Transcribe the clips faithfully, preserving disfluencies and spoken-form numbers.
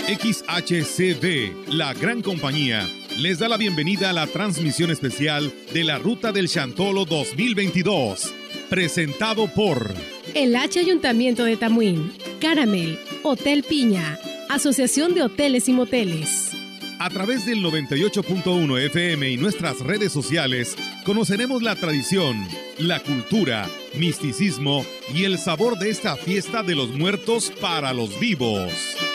X H C D, la gran compañía, les da la bienvenida a la transmisión especial de la Ruta del Chantolo dos mil veintidós, presentado por el H Ayuntamiento de Tamuín, Caramel, Hotel Piña, Asociación de Hoteles y Moteles. A través del noventa y ocho punto uno F M y nuestras redes sociales, conoceremos la tradición, la cultura, misticismo y el sabor de esta fiesta de los muertos para los vivos.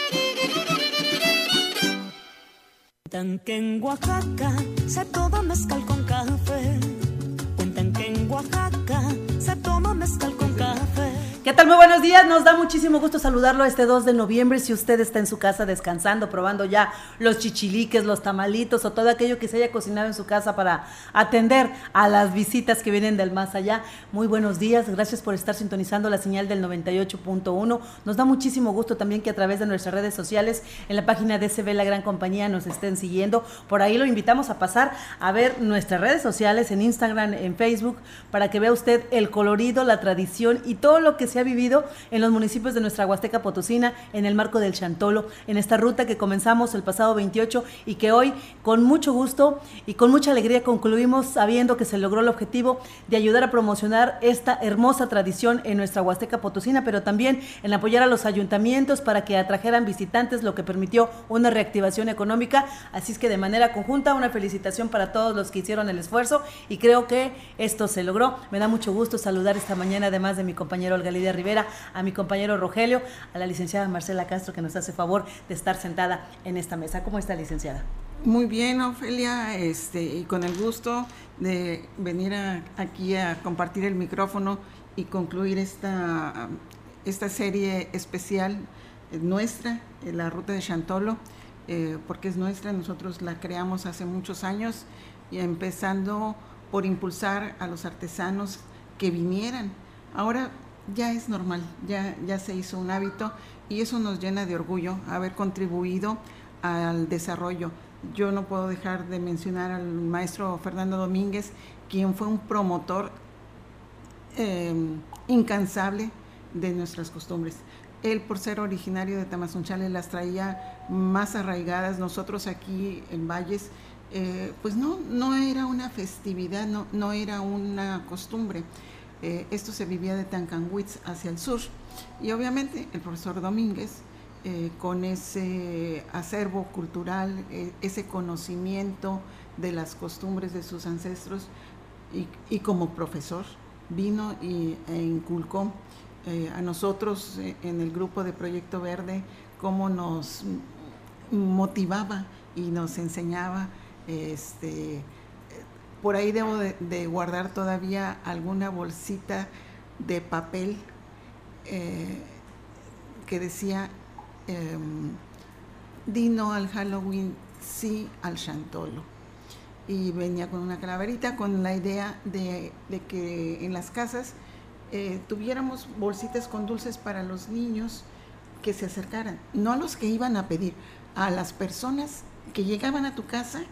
Cuentan que en Oaxaca se toma mezcal con café. Cuentan que en Oaxaca se toma mezcal con café. ¿Qué tal? Muy buenos días, nos da muchísimo gusto saludarlo este dos de noviembre. Si usted está en su casa descansando, probando ya los chichiliques, los tamalitos o todo aquello que se haya cocinado en su casa para atender a las visitas que vienen del más allá, muy buenos días, gracias por estar sintonizando la señal del noventa y ocho punto uno. Nos da muchísimo gusto también que a través de nuestras redes sociales, en la página de S B La Gran Compañía, nos estén siguiendo. Por ahí lo invitamos a pasar a ver nuestras redes sociales en Instagram, en Facebook, para que vea usted el colorido, la tradición y todo lo que se ha vivido en los municipios de nuestra Huasteca Potosina en el marco del Chantolo, en esta ruta que comenzamos el pasado veintiocho y que hoy con mucho gusto y con mucha alegría concluimos sabiendo que se logró el objetivo de ayudar a promocionar esta hermosa tradición en nuestra Huasteca Potosina, pero también en apoyar a los ayuntamientos para que atrajeran visitantes, lo que permitió una reactivación económica. Así es que de manera conjunta una felicitación para todos los que hicieron el esfuerzo y creo que esto se logró. Me da mucho gusto saludar esta mañana, además de mi compañero Olga Lidia Rivera, a mi compañero Rogelio, a la licenciada Marcela Castro, que nos hace favor de estar sentada en esta mesa. ¿Cómo está, licenciada? Muy bien, Ofelia, este, y con el gusto de venir a, aquí a compartir el micrófono y concluir esta, esta serie especial nuestra, la Ruta de Chantolo, eh, porque es nuestra, nosotros la creamos hace muchos años, y empezando por impulsar a los artesanos que vinieran. Ahora ya es normal, ya, ya se hizo un hábito y eso nos llena de orgullo haber contribuido al desarrollo. Yo no puedo dejar de mencionar al maestro Fernando Domínguez, quien fue un promotor eh, incansable de nuestras costumbres. Él, por ser originario de Tamazunchale, las traía más arraigadas. Nosotros aquí en Valles, eh, pues no, no era una festividad, no, no era una costumbre. Eh, esto se vivía de Tancanwitz hacia el sur, y obviamente el profesor Domínguez, eh, con ese acervo cultural, eh, ese conocimiento de las costumbres de sus ancestros, y, y como profesor vino y, e inculcó eh, a nosotros eh, en el grupo de Proyecto Verde, cómo nos motivaba y nos enseñaba. este Por ahí debo de, de guardar todavía alguna bolsita de papel eh, que decía eh, di no al Halloween, sí al Chantolo. Y venía con una calaverita con la idea de, de que en las casas eh, tuviéramos bolsitas con dulces para los niños que se acercaran, no a los que iban a pedir, a las personas que llegaban a tu casa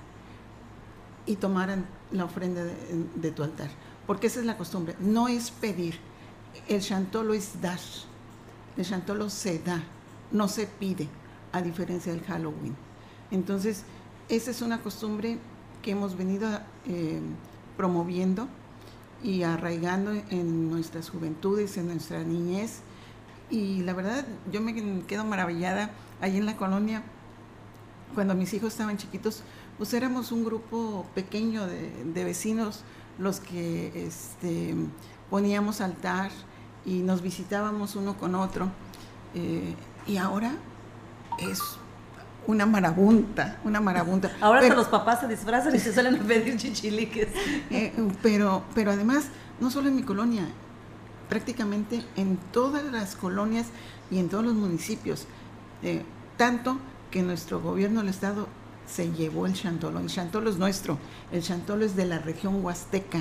y tomaran la ofrenda de, de tu altar, porque esa es la costumbre, no es pedir. El Chantolo es dar, el Chantolo se da, no se pide, a diferencia del Halloween. Entonces, esa es una costumbre que hemos venido eh, promoviendo y arraigando en nuestras juventudes, en nuestra niñez, y la verdad, yo me quedo maravillada. Allí en la colonia, cuando mis hijos estaban chiquitos, pues éramos un grupo pequeño de, de vecinos los que este, poníamos altar y nos visitábamos uno con otro. Eh, y ahora es una marabunta, una marabunta. Ahora pero, hasta los papás se disfrazan y se salen a pedir chichiliques. Eh, pero, pero además, no solo en mi colonia, prácticamente en todas las colonias y en todos los municipios. Eh, tanto que nuestro gobierno del estado se llevó el Chantolo. El Chantolo es nuestro, el Chantolo es de la región huasteca.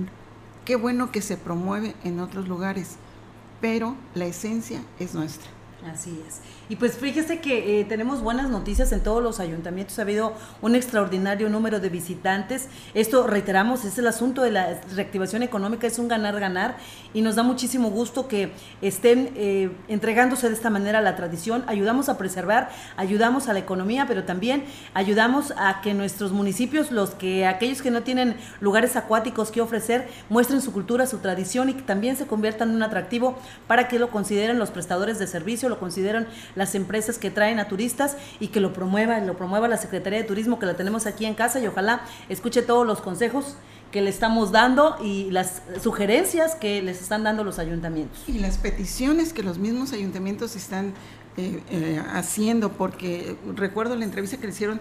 Qué bueno que se promueve en otros lugares, pero la esencia es nuestra. Así es. Y pues fíjese que eh, tenemos buenas noticias en todos los ayuntamientos. Ha habido un extraordinario número de visitantes. Esto, reiteramos, es el asunto de la reactivación económica, es un ganar-ganar y nos da muchísimo gusto que estén eh, entregándose de esta manera a la tradición. Ayudamos a preservar, ayudamos a la economía, pero también ayudamos a que nuestros municipios, los que aquellos que no tienen lugares acuáticos que ofrecer, muestren su cultura, su tradición y que también se conviertan en un atractivo para que lo consideren los prestadores de servicio, lo consideren las empresas que traen a turistas y que lo promueva, lo promueva la Secretaría de Turismo, que la tenemos aquí en casa, y ojalá escuche todos los consejos que le estamos dando y las sugerencias que les están dando los ayuntamientos. Y las peticiones que los mismos ayuntamientos están eh, eh, haciendo, porque recuerdo la entrevista que le hicieron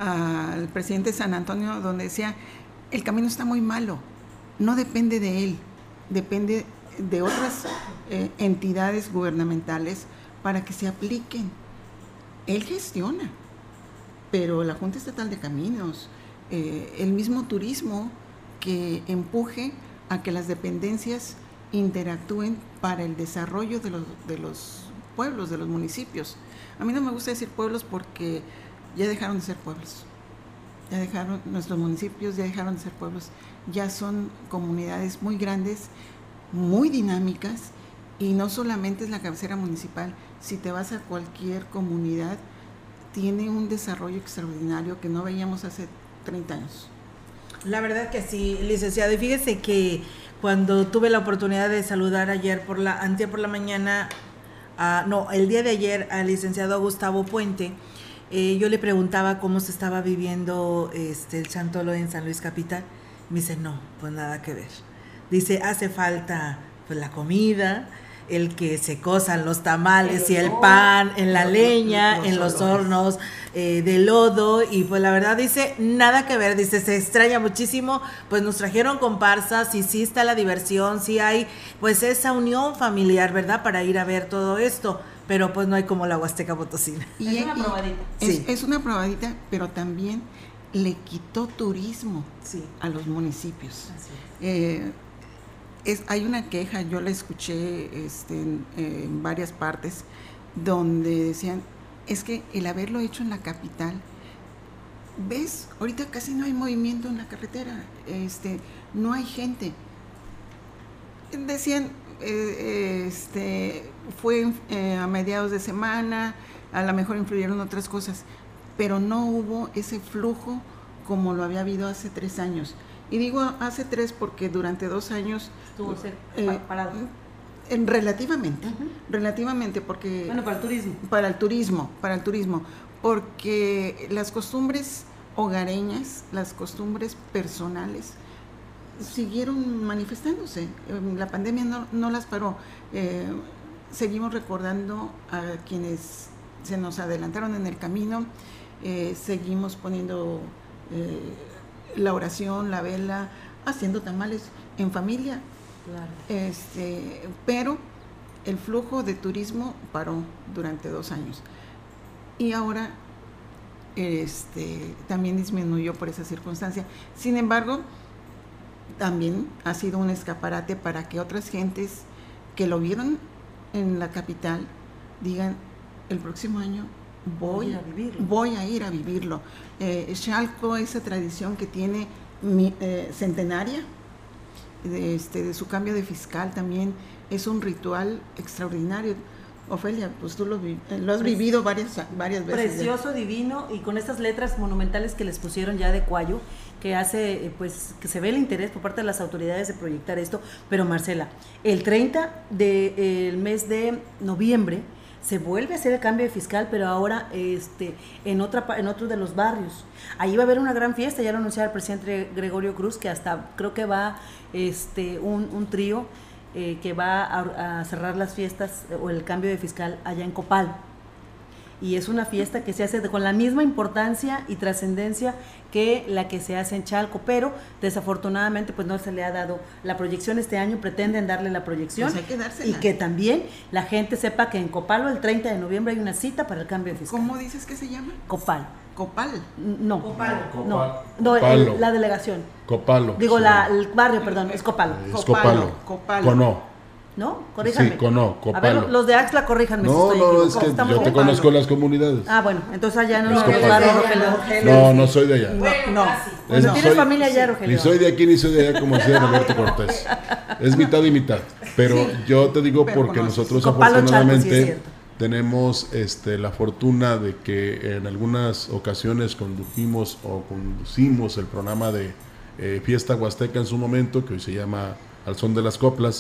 al presidente de San Antonio, donde decía, el camino está muy malo, no depende de él, depende de otras eh, entidades gubernamentales para que se apliquen. Él gestiona, pero la Junta Estatal de Caminos, eh, el mismo turismo que empuje a que las dependencias interactúen para el desarrollo de los, de los pueblos, de los municipios. A mí no me gusta decir pueblos porque ya dejaron de ser pueblos, ya dejaron, nuestros municipios ya dejaron de ser pueblos, ya son comunidades muy grandes, muy dinámicas, y no solamente es la cabecera municipal. Si te vas a cualquier comunidad, tiene un desarrollo extraordinario que no veíamos hace treinta años. La verdad que sí, licenciado. Y fíjese que cuando tuve la oportunidad de saludar ayer por la, antier por la mañana, uh, no, el día de ayer al licenciado Gustavo Puente, eh, yo le preguntaba cómo se estaba viviendo este, el Chantolo en San Luis Capital. Me dice, no, pues nada que ver. Dice, hace falta pues la comida, el que se cosan los tamales y el pan en la leña, en los hornos eh, de lodo, y pues la verdad dice, nada que ver, dice, se extraña muchísimo, pues nos trajeron comparsas y sí está la diversión, sí hay pues esa unión familiar, ¿verdad? Para ir a ver todo esto, pero pues no hay como la Huasteca Potosina. Y es una probadita. Es, Sí. es una probadita, pero también le quitó turismo Sí. a los municipios. Así es. Eh, Es, hay una queja, yo la escuché este, en, eh, en varias partes, donde decían, es que el haberlo hecho en la capital, ves, ahorita casi no hay movimiento en la carretera, este, no hay gente. Decían, eh, este, fue eh, a mediados de semana, a lo mejor influyeron otras cosas, pero no hubo ese flujo como lo había habido hace tres años. Y digo hace tres porque durante dos años Estuvo eh, parado. En, relativamente, Uh-huh. relativamente, porque Bueno, para el turismo. para el turismo, para el turismo, porque las costumbres hogareñas, las costumbres personales siguieron manifestándose. La pandemia no, no las paró. Eh, seguimos recordando a quienes se nos adelantaron en el camino, eh, seguimos poniendo eh, la oración, la vela, haciendo tamales en familia. Claro. Este, pero el flujo de turismo paró durante dos años y ahora este, también disminuyó por esa circunstancia. Sin embargo, también ha sido un escaparate para que otras gentes que lo vieron en la capital digan, el próximo año voy, Voy a vivirlo. voy a ir a vivirlo. Eh, Chalco, esa tradición que tiene mi, eh, centenaria, de, este, de su cambio de fiscal también, es un ritual extraordinario. Ofelia, pues tú lo, vi, lo has vivido varias, varias veces. Precioso, ya. divino, y con estas letras monumentales que les pusieron ya de cuello, que hace, pues, que se ve el interés por parte de las autoridades de proyectar esto. Pero Marcela, el treinta del mes de noviembre se vuelve a hacer el cambio de fiscal, pero ahora este, en otra en otro de los barrios. Ahí va a haber una gran fiesta, ya lo anunciaba el presidente Gregorio Cruz, que hasta creo que va este un, un trío eh, que va a, a cerrar las fiestas o el cambio de fiscal allá en Copal. Y es una fiesta que se hace de, con la misma importancia y trascendencia que la que se hace en Chalco, pero desafortunadamente pues no se le ha dado la proyección este año, pretenden darle la proyección. Pues hay que dársela. Y que también la gente sepa que en Copalo el treinta de noviembre hay una cita para el cambio de fiscal. ¿Cómo dices que se llama? Copal. Copal. No. Copalo. No, no el- Copalo. la delegación. Copalo. Digo, sí. la, el barrio, perdón, es Copalo. Es Copalo, Copalo. Copalo. Con O. ¿no? Corríjanme. Sí, con, no, Copalo. A ver, los de Axtla, corríjanme no, si estoy no, equivocado. es que ¿Estamos yo te bien? conozco las comunidades. Ah, bueno, entonces allá no Es nos Copalo. claro, No, Rogelio. No, no soy de allá. No, no. O sea, Es- tienes soy- familia allá, Rogelio. Ni soy de aquí ni soy de allá, como decía Roberto Cortés. Es mitad y mitad. Pero Sí, yo te digo pero porque conoces. nosotros Copalo, Chalco, sí es afortunadamente cierto. tenemos este, la fortuna de que en algunas ocasiones condujimos o conducimos el programa de eh, Fiesta Huasteca en su momento, que hoy se llama Al Son de las Coplas,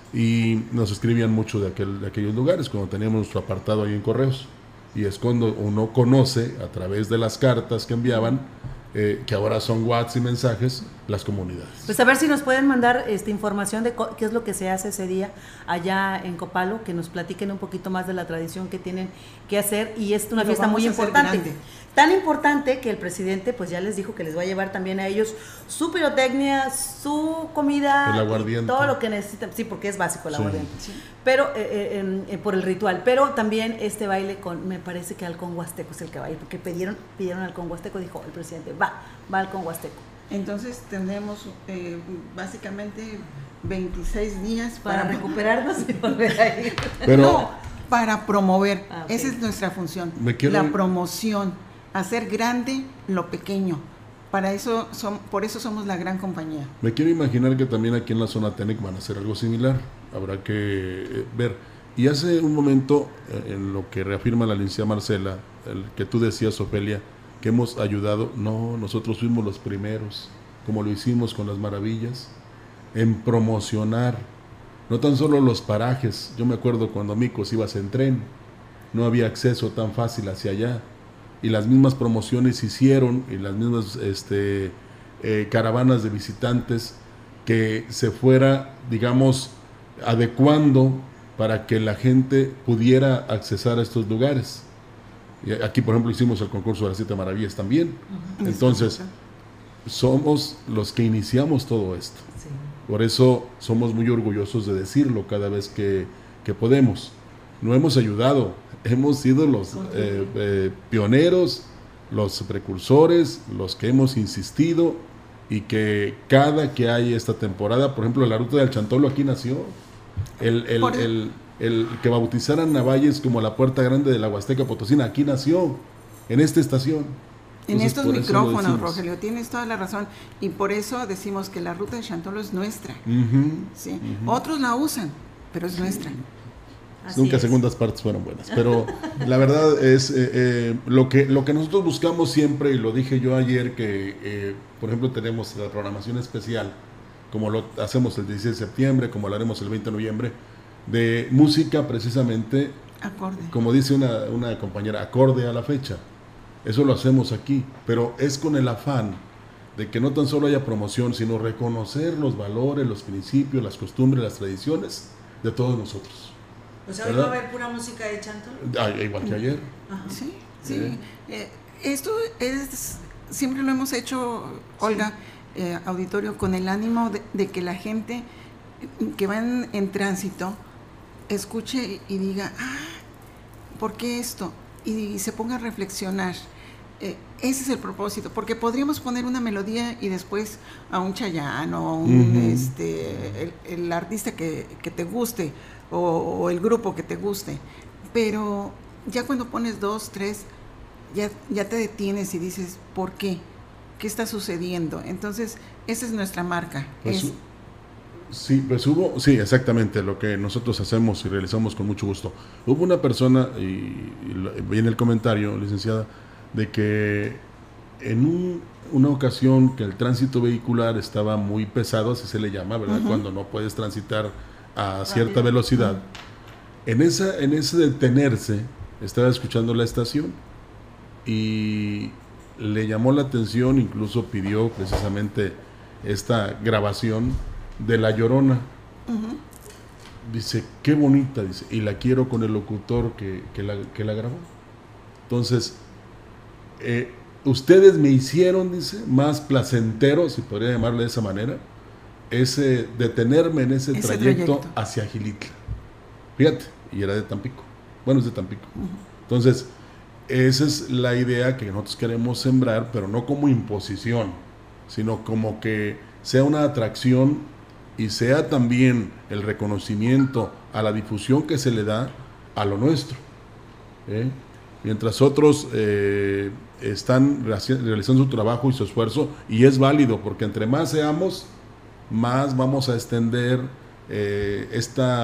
y nos escribían mucho de, aquel, de aquellos lugares, cuando teníamos nuestro apartado ahí en Correos. Y es cuando uno conoce, a través de las cartas que enviaban, eh, que ahora son WhatsApp y mensajes, las comunidades. Pues a ver si nos pueden mandar esta información de co- qué es lo que se hace ese día allá en Copalo, que nos platiquen un poquito más de la tradición que tienen que hacer, y es una Lo fiesta vamos muy a hacer importante. grande. Tan importante que el presidente pues ya les dijo que les va a llevar también a ellos su pirotecnia, su comida, El y aguardiente. todo lo que necesitan, sí, porque es básico el Sí. aguardiente, pero eh, eh, em, eh, por el ritual, pero también este baile con, me parece que halcón huasteco es el que baila, porque pidieron, pidieron halcón huasteco, dijo el presidente, va, va halcón huasteco. Entonces tenemos eh, básicamente veintiséis días Para para, recuperarnos y volver a ir. Pero No, para promover. Ah, ok. Esa es nuestra función. Me quiero- La promoción, hacer grande lo pequeño. Para eso son, por eso somos la gran compañía. me quiero imaginar que también aquí en la zona Tenec van a hacer algo similar. Habrá que eh, ver. Y hace un momento, eh, en lo que reafirma la licenciada Marcela, el que tú decías, Ofelia, que hemos ayudado. No, nosotros fuimos los primeros, como lo hicimos con las maravillas, en promocionar, no tan solo los parajes. Yo me acuerdo cuando Micos ibas en tren, no había acceso tan fácil hacia allá, y las mismas promociones se hicieron, y las mismas este, eh, caravanas de visitantes, que se fuera, digamos, adecuando para que la gente pudiera accesar a estos lugares. Y aquí, por ejemplo, hicimos el concurso de las siete maravillas también. Entonces, somos los que iniciamos todo esto. Sí. Por eso somos muy orgullosos de decirlo cada vez que, que podemos. No hemos ayudado, hemos sido los eh, eh, pioneros, los precursores, los que hemos insistido, y que cada que hay esta temporada, por ejemplo, la ruta del Chantolo aquí nació. El, el, Por- el, el que bautizaran a Valles como la puerta grande de la Huasteca Potosina, aquí nació, en esta estación. En Entonces, estos por eso lo micrófonos, decimos. Rogelio, tienes toda la razón. Y por eso decimos que la ruta de Chantolo es nuestra. Ujú. ¿Sí? Otros la usan, pero es nuestra. Así Nunca es. segundas partes fueron buenas, pero la verdad es eh, eh, lo que lo que nosotros buscamos siempre, y lo dije yo ayer, que eh, por ejemplo tenemos la programación especial, como lo hacemos el dieciséis de septiembre, como lo haremos el veinte de noviembre, de música precisamente, Acorde. como dice una, una compañera, acorde a la fecha. Eso lo hacemos aquí, pero es con el afán de que no tan solo haya promoción, sino reconocer los valores, los principios, las costumbres, las tradiciones de todos nosotros. O sea, hoy ¿verdad? va a haber pura música de Chantolo. Ah, igual que ayer. Sí, sí. Sí. Eh, esto es, siempre lo hemos hecho, Olga, eh, auditorio, con el ánimo de, de que la gente que va en, en tránsito escuche y diga, ah, ¿por qué esto? Y, y se ponga a reflexionar. Eh, ese es el propósito, porque podríamos poner una melodía y después a un Chayanne o a un, Ujú. este, el, el artista que, que te guste o, o el grupo que te guste, pero ya cuando pones dos, tres, ya, ya te detienes y dices, ¿por qué? ¿Qué está sucediendo? Entonces, esa es nuestra marca. Pues, es- sí, pues hubo, sí, exactamente, lo que nosotros hacemos y realizamos con mucho gusto. Hubo una persona, y, y lo- vi en el comentario, licenciada, de que en un- una ocasión que el tránsito vehicular estaba muy pesado, así se le llama, ¿verdad? Ujú. Cuando no puedes transitar a cierta velocidad. En, esa, en ese detenerse, estaba escuchando la estación y le llamó la atención, incluso pidió precisamente esta grabación de La Llorona. Ujú. Dice, qué bonita, dice, y la quiero con el locutor que, que, la, que la grabó. Entonces, eh, ustedes me hicieron, dice, más placentero, si podría llamarle de esa manera, ese detenerme en ese, Ese trayecto, trayecto. hacia Gilitla. Fíjate, y era de Tampico. Bueno, es de Tampico. Entonces, esa es la idea que nosotros queremos sembrar, pero no como imposición, sino como que sea una atracción y sea también el reconocimiento a la difusión que se le da a lo nuestro. ¿eh? Mientras otros eh, están realizando su trabajo y su esfuerzo, y es válido, porque entre más seamos, más vamos a extender eh, esta